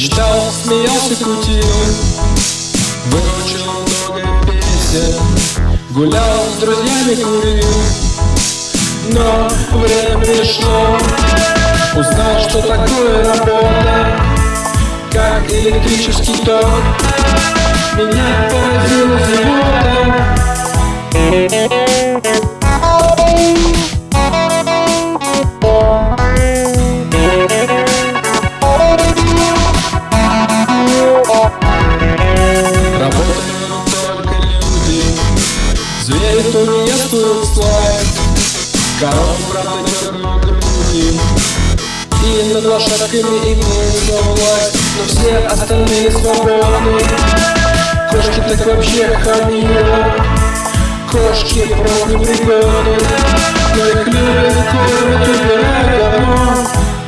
Мечтал, смеялся, кутил, выучил много песен, гулял с друзьями, курил. Но время пришло, узнал, что такое работа, как электрический ток. Меня поразила зевота. Работают только люди, звери тунеядствуют слайд, коровы, правда, дергают груди, и над лошадками имеется власть, но все остальные свободны. Кошки так вообще хамила, кошки просто пригодны, но их любят, кормят, убирают давно.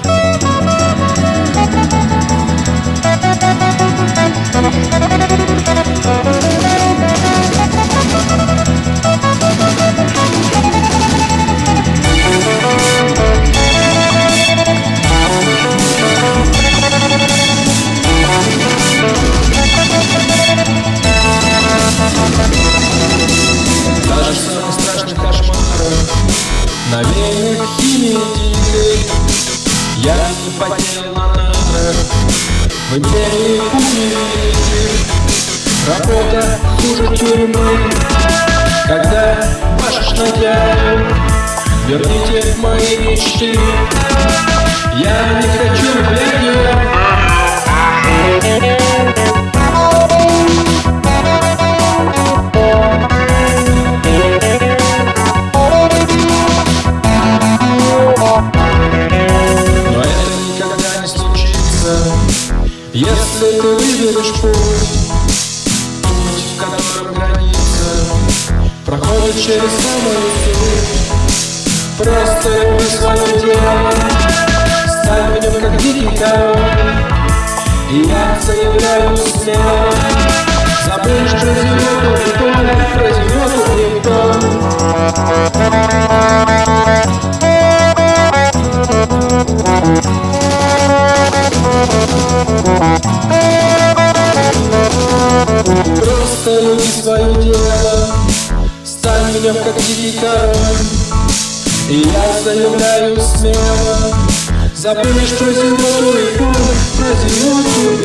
Даже самый страшный кошмар навеян химией дикой. Я не потел на нарах в империи пути. Работа хуже тюрьмы, когда пашешь на дядю. Верните мои мечты, я не хочу глядя. Если ты выберешь путь, в котором граница проходит через самую суть, просто люби свое дело, стань в нем как дикий король. И я заявляю смело, забудешь про зевоту и боль, про зевоту и боль. Просто люби свое дело, стань в нем как дикий король. И я заявляю смело, забудешь про зевоту и боль, про зевоту